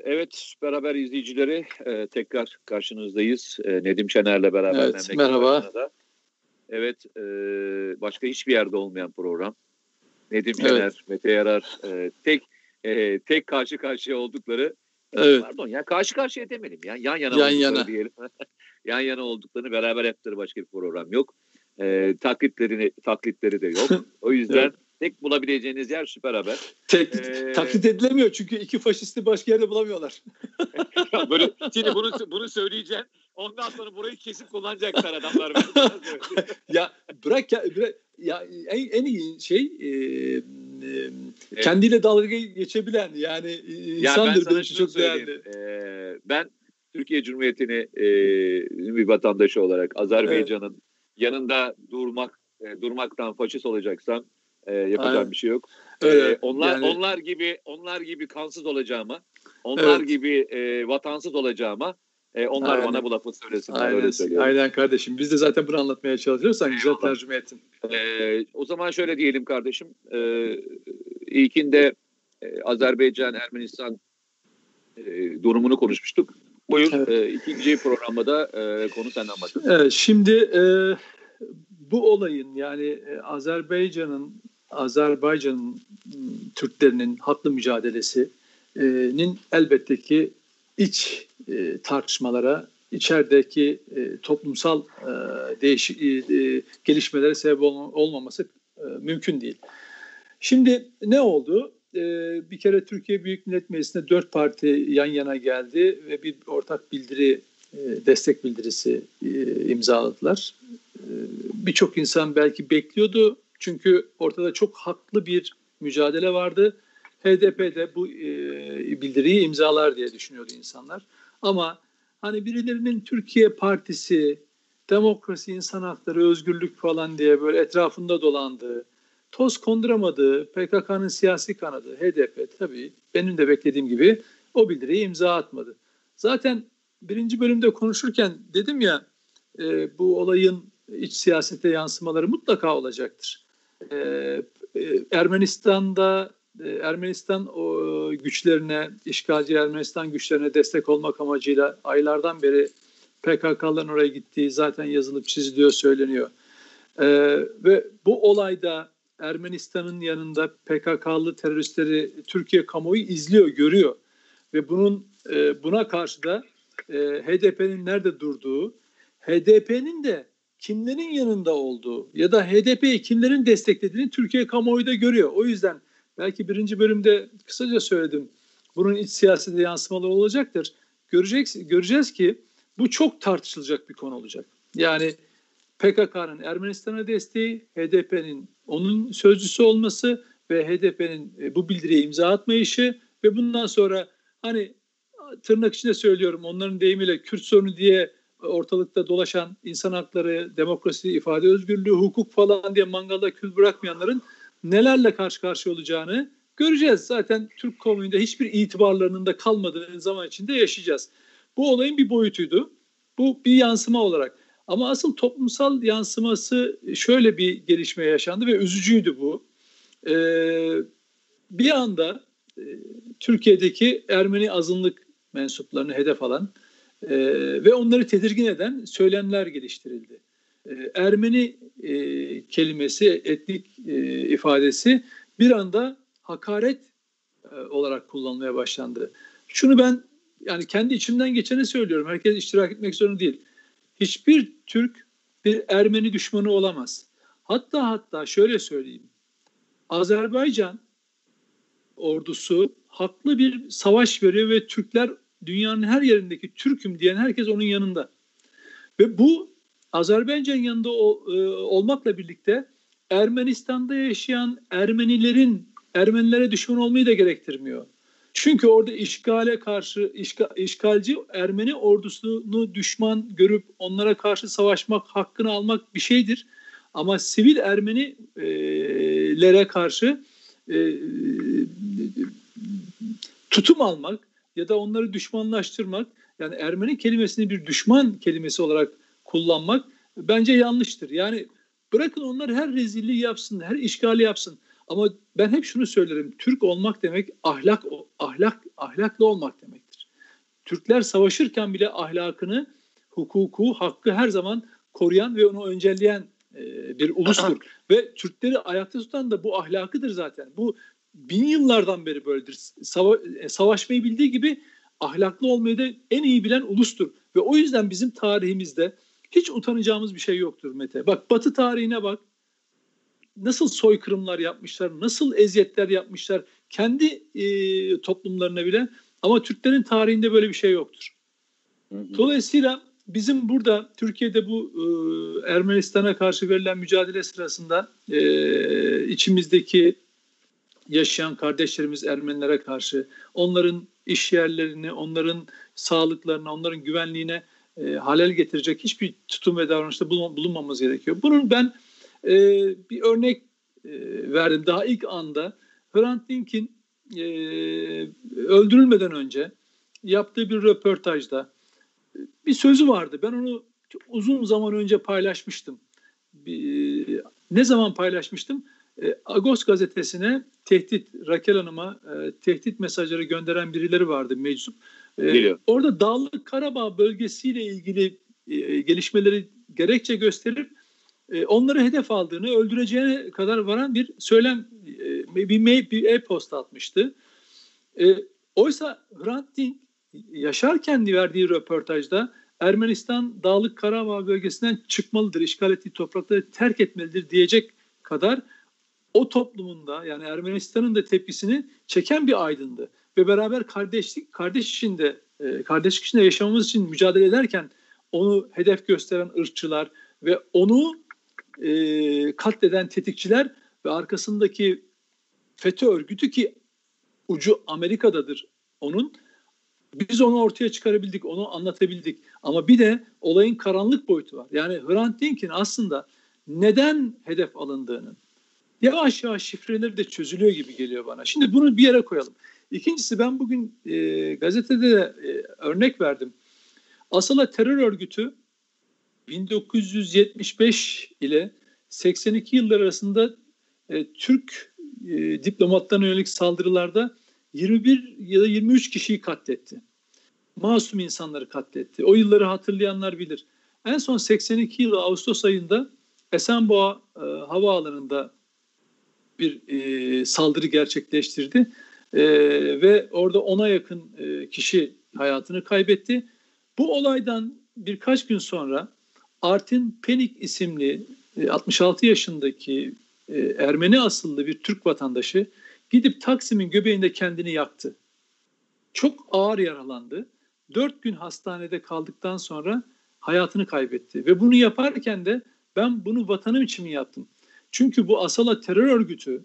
Evet, Süper Haber izleyicileri tekrar karşınızdayız. Nedim Şener'le beraber Evet, memleket merhaba. başına da. Evet, başka hiçbir yerde olmayan program. Nedim Evet. Şener, Mete Yarar tek karşı karşıya oldukları. Evet. Pardon ya, karşı karşıya demeyelim ya. Yan yana Yan oldukları yana. diyelim. Yan yana olduklarını beraber yaptıkları başka bir program yok. Taklitleri de yok. O yüzden Evet. tek bulabileceğiniz yer Süper Haber. Taklit edilemiyor çünkü iki faşisti başka yerde bulamıyorlar. Böyle, şimdi bunu söyleyeceğim. Ondan sonra burayı kesip kullanacaklar adamlar. Ya bırak ya en iyi şey kendiyle dalga geçebilen yani insandır, benim için çok değerli. Ben Türkiye Cumhuriyeti'ni bir vatandaşı olarak Azerbaycan'ın yanında durmaktan faşist olacaksam yapacağım bir şey yok. Onlar gibi kansız olacağıma, gibi vatansız olacağıma onlar bana bu lafı söylesinler. Öyle söylüyorum. Aynen kardeşim. Biz de zaten bunu anlatmaya çalışıyoruz. Sen güzel tercüme ettin. O zaman şöyle diyelim kardeşim. İlkinde Azerbaycan-Ermenistan durumunu konuşmuştuk. Buyur. Evet. İkinci programda da konu senden başlasın. Evet, şimdi bu olayın yani Azerbaycan'ın Türklerinin haklı mücadelesinin elbette ki iç tartışmalara, içerideki toplumsal gelişmelere sebep olmaması mümkün değil. Şimdi ne oldu? Bir kere Türkiye Büyük Millet Meclisi'nde 4 parti yan yana geldi ve bir ortak bildiri, destek bildirisi imzaladılar. Birçok insan belki bekliyordu çünkü ortada çok haklı bir mücadele vardı. HDP de bu bildiriyi imzalar diye düşünüyordu insanlar. Ama hani birilerinin Türkiye Partisi, demokrasi, insan hakları, özgürlük falan diye böyle etrafında dolandığı, toz konduramadığı PKK'nın siyasi kanadı HDP tabii benim de beklediğim gibi o bildiriyi imza atmadı. Zaten birinci bölümde konuşurken dedim ya bu olayın iç siyasete yansımaları mutlaka olacaktır. Ermenistan o güçlerine, işgalci Ermenistan güçlerine destek olmak amacıyla aylardan beri PKK'ların oraya gittiği zaten yazılıp çiziliyor, söyleniyor. Ve bu olayda Ermenistan'ın yanında PKK'lı teröristleri Türkiye kamuoyu izliyor, görüyor. Ve buna karşı da HDP'nin nerede durduğu, HDP'nin de kimlerin yanında olduğu ya da HDP'yi kimlerin desteklediğini Türkiye kamuoyu da görüyor. O yüzden belki birinci bölümde kısaca söyledim. Bunun iç siyasete yansımaları olacaktır. Göreceğiz ki bu çok tartışılacak bir konu olacak. Yani PKK'nın Ermenistan'a desteği, HDP'nin onun sözcüsü olması ve HDP'nin bu bildiriye imza atmayışı ve bundan sonra hani tırnak içinde söylüyorum onların deyimiyle Kürt sorunu diye ortalıkta dolaşan insan hakları, demokrasi, ifade özgürlüğü, hukuk falan diye mangalda kül bırakmayanların nelerle karşı karşıya olacağını göreceğiz. Zaten Türk kamuoyunda hiçbir itibarlarının da kalmadığı zaman içinde yaşayacağız. Bu olayın bir boyutuydu. Bu bir yansıma olarak. Ama asıl toplumsal yansıması şöyle bir gelişme yaşandı ve üzücüydü bu. Bir anda Türkiye'deki Ermeni azınlık mensuplarını hedef alan ve onları tedirgin eden söylemler geliştirildi. Ermeni kelimesi, etnik ifadesi bir anda hakaret olarak kullanılmaya başlandı. Şunu ben yani kendi içimden geçeni söylüyorum. Herkes iştirak etmek zorunda değil. Hiçbir Türk bir Ermeni düşmanı olamaz. Hatta şöyle söyleyeyim. Azerbaycan ordusu haklı bir savaş veriyor ve Türkler dünyanın her yerindeki Türk'üm diyen herkes onun yanında. Ve bu Azerbaycan yanında olmakla birlikte Ermenistan'da yaşayan Ermenilere düşman olmayı da gerektirmiyor. Çünkü orada işgale karşı işgalci Ermeni ordusunu düşman görüp onlara karşı savaşmak, hakkını almak bir şeydir. Ama sivil Ermenilere karşı tutum almak ya da onları düşmanlaştırmak, yani Ermeni kelimesini bir düşman kelimesi olarak kullanmak bence yanlıştır. Yani bırakın onlar her rezilliği yapsın, her işgali yapsın. Ama ben hep şunu söylerim. Türk olmak demek ahlaklı olmak demektir. Türkler savaşırken bile ahlakını, hukuku, hakkı her zaman koruyan ve onu öncelleyen bir ulustur. Ve Türkleri ayakta tutan da bu ahlakıdır zaten. Bu bin yıllardan beri böyledir. Savaşmayı bildiği gibi ahlaklı olmayı da en iyi bilen ulustur. Ve o yüzden bizim tarihimizde hiç utanacağımız bir şey yoktur Mete. Bak Batı tarihine bak. Nasıl soykırımlar yapmışlar, nasıl eziyetler yapmışlar kendi toplumlarına bile. Ama Türklerin tarihinde böyle bir şey yoktur. Dolayısıyla bizim burada Türkiye'de bu Ermenistan'a karşı verilen mücadele sırasında içimizdeki yaşayan kardeşlerimiz Ermenilere karşı onların iş yerlerini, onların sağlıklarına, onların güvenliğine halel getirecek hiçbir tutum ve davranışta bulunmamız gerekiyor. Bunun ben bir örnek verdim daha ilk anda. Hrant Dink'in öldürülmeden önce yaptığı bir röportajda bir sözü vardı. Ben onu uzun zaman önce paylaşmıştım. Ne zaman paylaşmıştım? Agos gazetesine Rakel Hanım'a tehdit mesajları gönderen birileri vardı meczup. Orada Dağlık Karabağ bölgesiyle ilgili gelişmeleri gerekçe gösterip onları hedef aldığını, öldüreceğine kadar varan bir söylem, bir e-posta atmıştı. Oysa Hrant Dink yaşarken verdiği röportajda Ermenistan Dağlık Karabağ bölgesinden çıkmalıdır, işgal ettiği toprakları terk etmelidir diyecek kadar o toplumunda yani Ermenistan'ın da tepkisini çeken bir aydındı. Ve beraber kardeşlik içinde yaşamamız için mücadele ederken onu hedef gösteren ırkçılar ve onu katleden tetikçiler ve arkasındaki FETÖ örgütü ki ucu Amerika'dadır onun. Biz onu ortaya çıkarabildik, onu anlatabildik. Ama bir de olayın karanlık boyutu var. Yani Hrant Dink'in aslında neden hedef alındığını yavaş yavaş şifreleri de çözülüyor gibi geliyor bana. Şimdi bunu bir yere koyalım. İkincisi ben bugün gazetede de örnek verdim. Asala terör örgütü 1975 ile 82 yıllar arasında Türk diplomatlarına yönelik saldırılarda 21 ya da 23 kişiyi katletti. Masum insanları katletti. O yılları hatırlayanlar bilir. En son 82 yılı Ağustos ayında Esenboğa havaalanında bir saldırı gerçekleştirdi. Ve orada 10'a yakın kişi hayatını kaybetti. Bu olaydan birkaç gün sonra Artin Penik isimli 66 yaşındaki Ermeni asıllı bir Türk vatandaşı gidip Taksim'in göbeğinde kendini yaktı. Çok ağır yaralandı. 4 gün hastanede kaldıktan sonra hayatını kaybetti. Ve bunu yaparken de ben bunu vatanım için mi yaptım? Çünkü bu Asala terör örgütü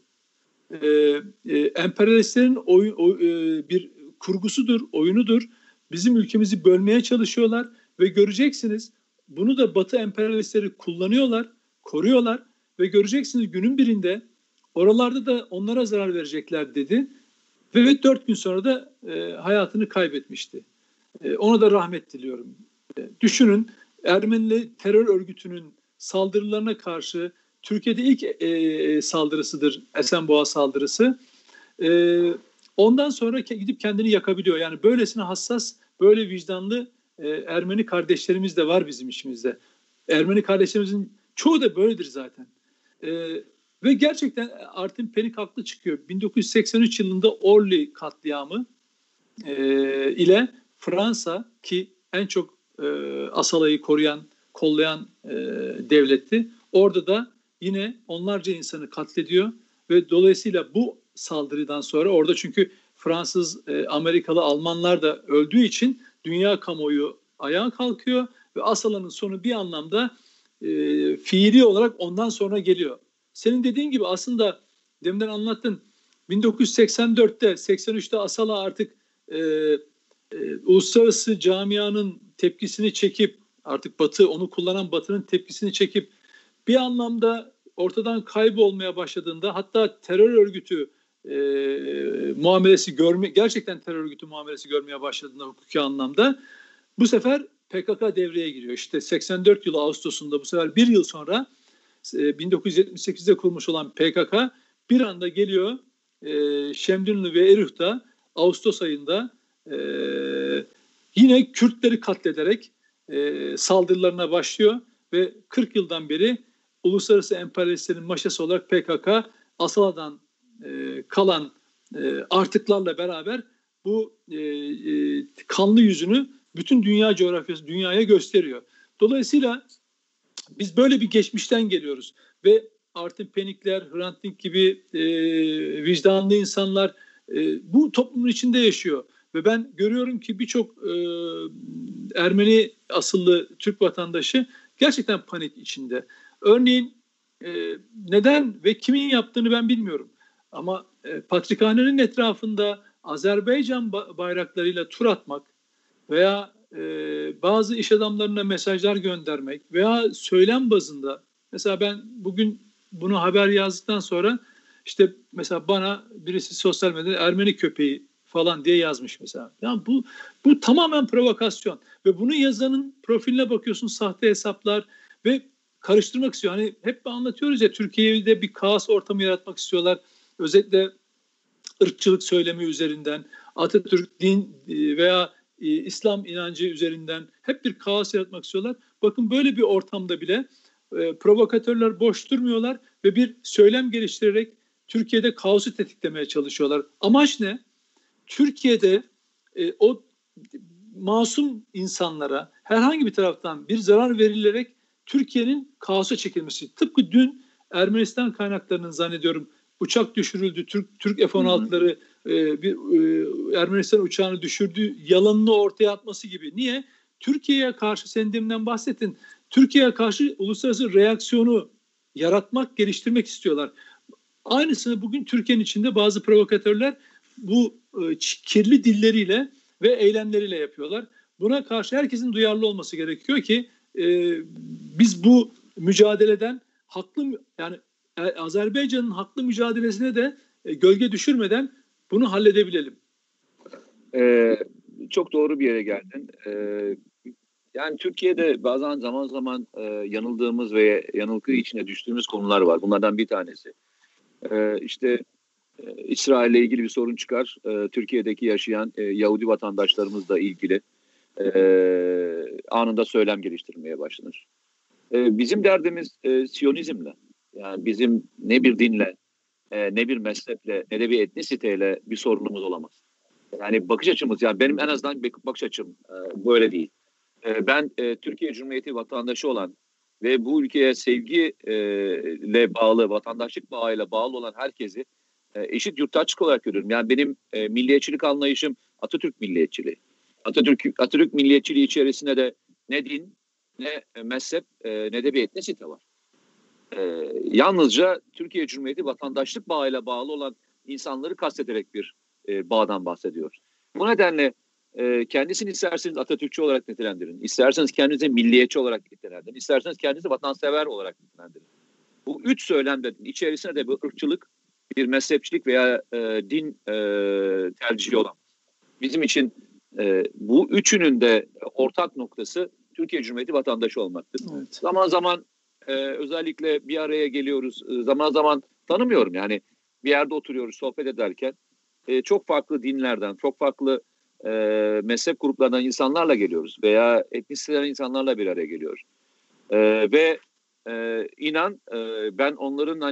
emperyalistlerin bir kurgusudur, oyunudur. Bizim ülkemizi bölmeye çalışıyorlar ve göreceksiniz bunu da Batı emperyalistleri kullanıyorlar, koruyorlar ve göreceksiniz günün birinde oralarda da onlara zarar verecekler dedi ve 4 gün sonra da hayatını kaybetmişti. Ona da rahmet diliyorum. Düşünün Ermeni terör örgütünün saldırılarına karşı Türkiye'de ilk saldırısıdır Esenboğa saldırısı. Ondan sonra gidip kendini yakabiliyor. Yani böylesine hassas, böyle vicdanlı Ermeni kardeşlerimiz de var bizim içimizde. Ermeni kardeşlerimizin çoğu da böyledir zaten. Ve gerçekten Artin Penik haklı çıkıyor. 1983 yılında Orly katliamı ile Fransa ki en çok Asala'yı kollayan devletti. Orada da yine onlarca insanı katlediyor ve dolayısıyla bu saldırıdan sonra orada çünkü Fransız, Amerikalı, Almanlar da öldüğü için dünya kamuoyu ayağa kalkıyor ve Asala'nın sonu bir anlamda fiili olarak ondan sonra geliyor. Senin dediğin gibi aslında deminden anlattın 1984'te 83'te Asala artık uluslararası camianın tepkisini çekip artık Batı onu kullanan Batı'nın tepkisini çekip bir anlamda ortadan kaybolmaya başladığında hatta terör örgütü gerçekten terör örgütü muamelesi görmeye başladığında hukuki anlamda bu sefer PKK devreye giriyor. İşte 84 yılı Ağustos'unda bu sefer bir yıl sonra 1978'de kurulmuş olan PKK bir anda geliyor Şemdinli ve Erih'te Ağustos ayında yine Kürtleri katlederek saldırılarına başlıyor ve 40 yıldan beri uluslararası emperyalistlerin maşası olarak PKK Asala'dan kalan artıklarla beraber bu kanlı yüzünü bütün dünya coğrafyası, dünyaya gösteriyor. Dolayısıyla biz böyle bir geçmişten geliyoruz ve Artin Penikler, Hrant Dink gibi vicdanlı insanlar bu toplumun içinde yaşıyor. Ve ben görüyorum ki birçok Ermeni asıllı Türk vatandaşı gerçekten panik içinde. Örneğin neden ve kimin yaptığını ben bilmiyorum. Ama Patrikhane'nin etrafında Azerbaycan bayraklarıyla tur atmak veya bazı iş adamlarına mesajlar göndermek veya söylem bazında, mesela ben bugün bunu haber yazdıktan sonra işte mesela bana birisi sosyal medyada Ermeni köpeği falan diye yazmış mesela. Yani bu tamamen provokasyon ve bunu yazanın profiline bakıyorsun, sahte hesaplar ve karıştırmak istiyor. Hani hep anlatıyoruz ya, Türkiye'de bir kaos ortamı yaratmak istiyorlar. Özellikle ırkçılık söylemi üzerinden, Atatürk din veya İslam inancı üzerinden hep bir kaos yaratmak istiyorlar. Bakın böyle bir ortamda bile provokatörler boş durmuyorlar ve bir söylem geliştirerek Türkiye'de kaosu tetiklemeye çalışıyorlar. Amaç ne? Türkiye'de o masum insanlara herhangi bir taraftan bir zarar verilerek Türkiye'nin kaosa çekilmesi. Tıpkı dün Ermenistan kaynaklarının zannediyorum uçak düşürüldü, Türk F-16'ları Ermenistan uçağını düşürdüğü yalanını ortaya atması gibi. Niye? Türkiye'ye karşı, sen deminden bahsettin, Türkiye'ye karşı uluslararası reaksiyonu yaratmak, geliştirmek istiyorlar. Aynısını bugün Türkiye'nin içinde bazı provokatörler bu kirli dilleriyle ve eylemleriyle yapıyorlar. Buna karşı herkesin duyarlı olması gerekiyor ki biz bu mücadeleden haklı, yani Azerbaycan'ın haklı mücadelesine de gölge düşürmeden bunu halledebilelim. Çok doğru bir yere geldin. Yani Türkiye'de bazen zaman zaman yanıldığımız ve yanılgı içine düştüğümüz konular var. Bunlardan bir tanesi. İşte İsrail'le ilgili bir sorun çıkar. Türkiye'deki yaşayan Yahudi vatandaşlarımızla ilgili anında söylem geliştirmeye başlanır. Bizim derdimiz Siyonizmle. Yani bizim ne bir dinle, ne bir mezheple, ne de bir etnisiteyle bir sorunumuz olamaz. Yani bakış açımız, yani benim en azından bakış açım böyle değil. Ben Türkiye Cumhuriyeti vatandaşı olan ve bu ülkeye sevgiyle bağlı, vatandaşlık bağıyla bağlı olan herkesi eşit yurttaşlık olarak görüyorum. Yani benim milliyetçilik anlayışım Atatürk milliyetçiliği. Atatürk milliyetçiliği içerisinde de ne din, ne mezhep, ne de bir etnisite var. Yalnızca Türkiye Cumhuriyeti vatandaşlık bağıyla bağlı olan insanları kastederek bir bağdan bahsediyoruz. Bu nedenle kendisini isterseniz Atatürkçü olarak nitelendirin, isterseniz kendinizi milliyetçi olarak nitelendirin, isterseniz kendinizi vatansever olarak nitelendirin. Bu üç söylemde içerisinde de bir ırkçılık, bir mezhepçilik veya din tercihi olan. Bizim için bu üçünün de ortak noktası Türkiye Cumhuriyeti vatandaşı olmaktır. Evet. Zaman zaman özellikle bir araya geliyoruz, zaman zaman tanımıyorum, yani bir yerde oturuyoruz sohbet ederken çok farklı dinlerden, çok farklı mezhep gruplarından insanlarla geliyoruz veya etnisiteden insanlarla bir araya geliyoruz. Ve inan ben onların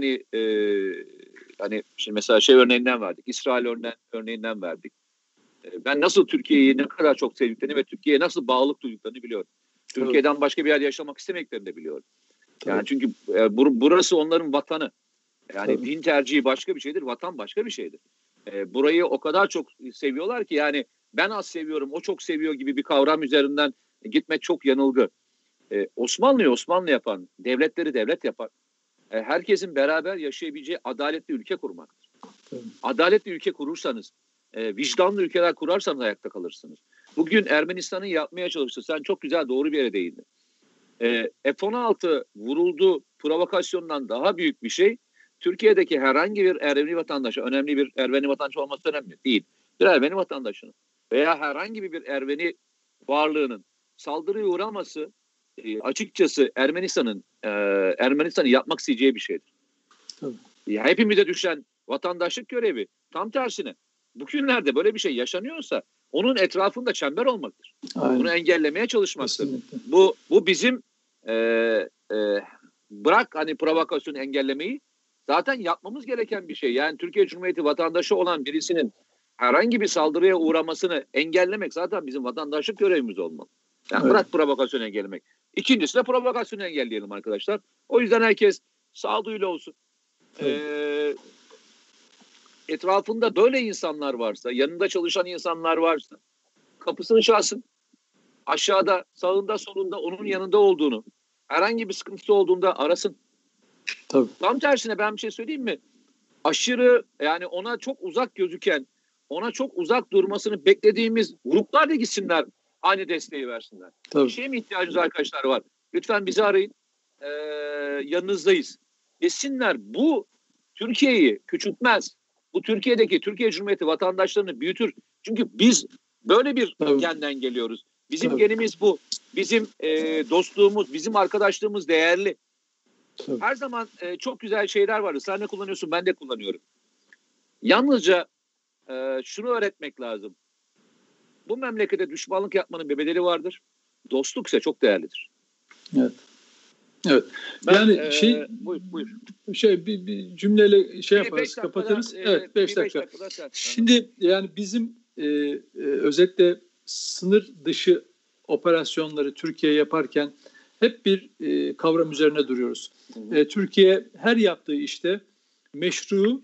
hani şimdi mesela örneğinden verdik, İsrail örneğinden verdik. Ben nasıl Türkiye'yi ne kadar çok sevdiklerini ve Türkiye'ye nasıl bağlılık duyduklarını biliyorum. Tabii. Türkiye'den başka bir yerde yaşamak istemediklerini de biliyorum. Tabii. Yani çünkü burası onların vatanı. Yani tabii. Din tercihi başka bir şeydir, vatan başka bir şeydir. Burayı o kadar çok seviyorlar ki, yani ben az seviyorum, o çok seviyor gibi bir kavram üzerinden gitmek çok yanılgı. Osmanlı'yı Osmanlı yapan, devletleri devlet yapan, herkesin beraber yaşayabileceği adaletli ülke kurmaktır. Tabii. Adaletli ülke kurursanız, vicdanlı ülkeler kurarsanız ayakta kalırsınız. Bugün Ermenistan'ın yapmaya çalıştığı, sen çok güzel doğru bir yere değindin. F-16 vuruldu provokasyondan daha büyük bir şey, Türkiye'deki herhangi bir Ermeni vatandaşı, önemli bir Ermeni vatandaşı olması önemli değil. Bir Ermeni vatandaşının veya herhangi bir Ermeni varlığının saldırıya uğraması açıkçası Ermenistan'ı yapmak isteyeceği bir şeydir. Ya hepimize düşen vatandaşlık görevi tam tersine. Bugünlerde böyle bir şey yaşanıyorsa onun etrafında çember olmaktır. Aynen. Bunu engellemeye çalışmaktır. Kesinlikle. Bu bizim bırak hani provokasyonu engellemeyi, zaten yapmamız gereken bir şey. Yani Türkiye Cumhuriyeti vatandaşı olan birisinin herhangi bir saldırıya uğramasını engellemek zaten bizim vatandaşlık görevimiz olmalı. Yani Evet. bırak provokasyonu engellemek. İkincisi de provokasyonu engelleyelim arkadaşlar. O yüzden herkes sağduyulu olsun. Etrafında böyle insanlar varsa, yanında çalışan insanlar varsa kapısını çalsın. Aşağıda, sağında, solunda onun yanında olduğunu, herhangi bir sıkıntısı olduğunda arasın. Tabii. Tam tersine ben bir şey söyleyeyim mi? Aşırı, yani ona çok uzak gözüken, ona çok uzak durmasını beklediğimiz gruplar da gitsinler, aynı desteği versinler. Tabii. Bir şeye mi ihtiyacınız arkadaşlar var? Lütfen bizi arayın. Yanınızdayız. Desinler, bu Türkiye'yi küçültmez. Bu Türkiye'deki Türkiye Cumhuriyeti vatandaşlarını büyütür. Çünkü biz böyle bir genden geliyoruz. Bizim genimiz bu. Bizim dostluğumuz, bizim arkadaşlığımız değerli. Tabii. Her zaman çok güzel şeyler var. Sen ne kullanıyorsun, ben de kullanıyorum. Yalnızca şunu öğretmek lazım. Bu memlekete düşmanlık yapmanın bir bedeli vardır. Dostluk ise çok değerlidir. Evet. Evet. Yani buyur. Bir cümleyle yaparız, kapatırız. Evet, 5 dakika. Şimdi yani bizim özetle sınır dışı operasyonları Türkiye yaparken hep bir kavram üzerine duruyoruz. Türkiye her yaptığı işte meşru,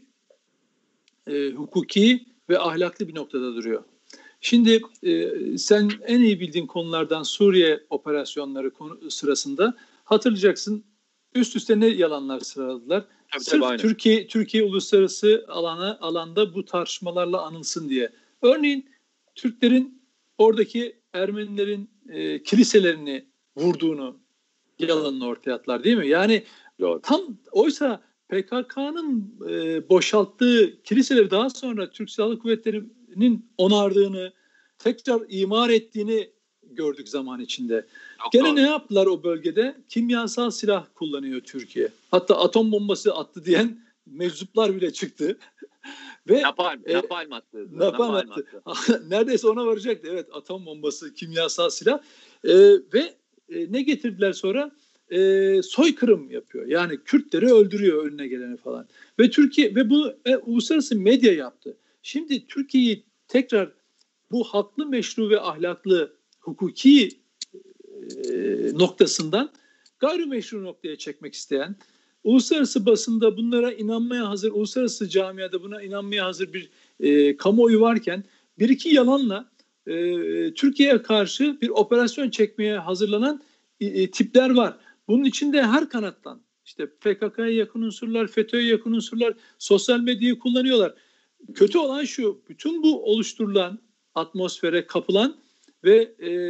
hukuki ve ahlaklı bir noktada duruyor. Şimdi sen en iyi bildiğin konulardan Suriye operasyonları sırasında hatırlayacaksın, üst üste ne yalanlar sıraladılar. Sırf Türkiye uluslararası alanda bu tartışmalarla anılsın diye. Örneğin Türklerin oradaki Ermenilerin kiliselerini vurduğunu yalanını ortaya attılar, değil mi? Yani tam oysa PKK'nın boşalttığı kiliseleri daha sonra Türk Silahlı Kuvvetleri'nin onardığını, tekrar imar ettiğini gördük zaman içinde. Gene ne yaptılar o bölgede? Kimyasal silah kullanıyor Türkiye. Hatta atom bombası attı diyen meczuplar bile çıktı. Ve napalm attı. Neredeyse ona varacaktı. Evet, atom bombası, kimyasal silah. Ve ne getirdiler sonra? Soykırım yapıyor. Yani Kürtleri öldürüyor önüne geleni falan. Ve Türkiye ve bu uluslararası medya yaptı. Şimdi Türkiye'yi tekrar bu haklı, meşru ve ahlaklı hukuki noktasından gayrimeşru noktaya çekmek isteyen, uluslararası basında bunlara inanmaya hazır, uluslararası camiada buna inanmaya hazır bir kamuoyu varken bir iki yalanla Türkiye'ye karşı bir operasyon çekmeye hazırlanan tipler var. Bunun içinde her kanattan, işte PKK'ya yakın unsurlar, FETÖ'ye yakın unsurlar, sosyal medyayı kullanıyorlar. Kötü olan şu, bütün bu oluşturulan atmosfere kapılan ve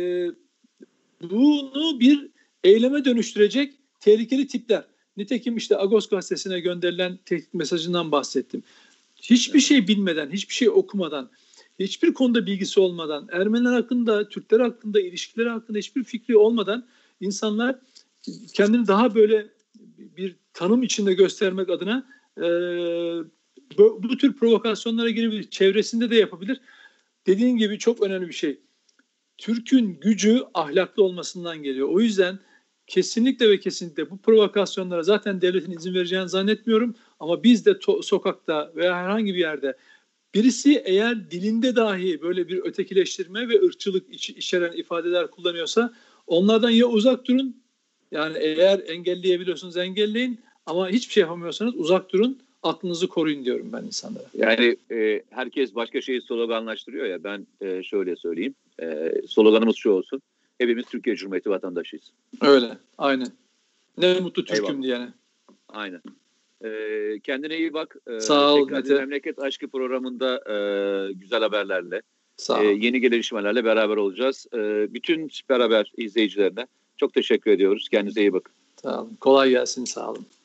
bunu bir eyleme dönüştürecek tehlikeli tipler. Nitekim işte Agos gazetesine gönderilen tehdit mesajından bahsettim. Hiçbir şey bilmeden, hiçbir şey okumadan, hiçbir konuda bilgisi olmadan, Ermeniler hakkında, Türkler hakkında, ilişkileri hakkında hiçbir fikri olmadan insanlar kendini daha böyle bir tanım içinde göstermek adına bu tür provokasyonlara girebilir. Çevresinde de yapabilir. Dediğin gibi çok önemli bir şey. Türk'ün gücü ahlaklı olmasından geliyor. O yüzden kesinlikle ve kesinlikle bu provokasyonlara zaten devletin izin vereceğini zannetmiyorum. Ama biz de sokakta veya herhangi bir yerde birisi eğer dilinde dahi böyle bir ötekileştirme ve ırkçılık içeren ifadeler kullanıyorsa onlardan ya uzak durun, yani eğer engelleyebiliyorsunuz engelleyin, ama hiçbir şey yapamıyorsanız uzak durun, aklınızı koruyun diyorum ben insanlara. Yani herkes başka şeyi sloganlaştırıyor ya, ben şöyle söyleyeyim, sloganımız şu olsun: hepimiz Türkiye Cumhuriyeti vatandaşıyız. Öyle, aynen. Ne mutlu Türk'üm diyene. Aynen. Kendine iyi bak. Sağ ol Mete. Memleket Aşkı programında güzel haberlerle, sağ ol. Yeni gelişmelerle beraber olacağız. Bütün Süper Haber izleyicilerine çok teşekkür ediyoruz. Kendinize iyi bakın. Sağ olun. Kolay gelsin. Sağ olun.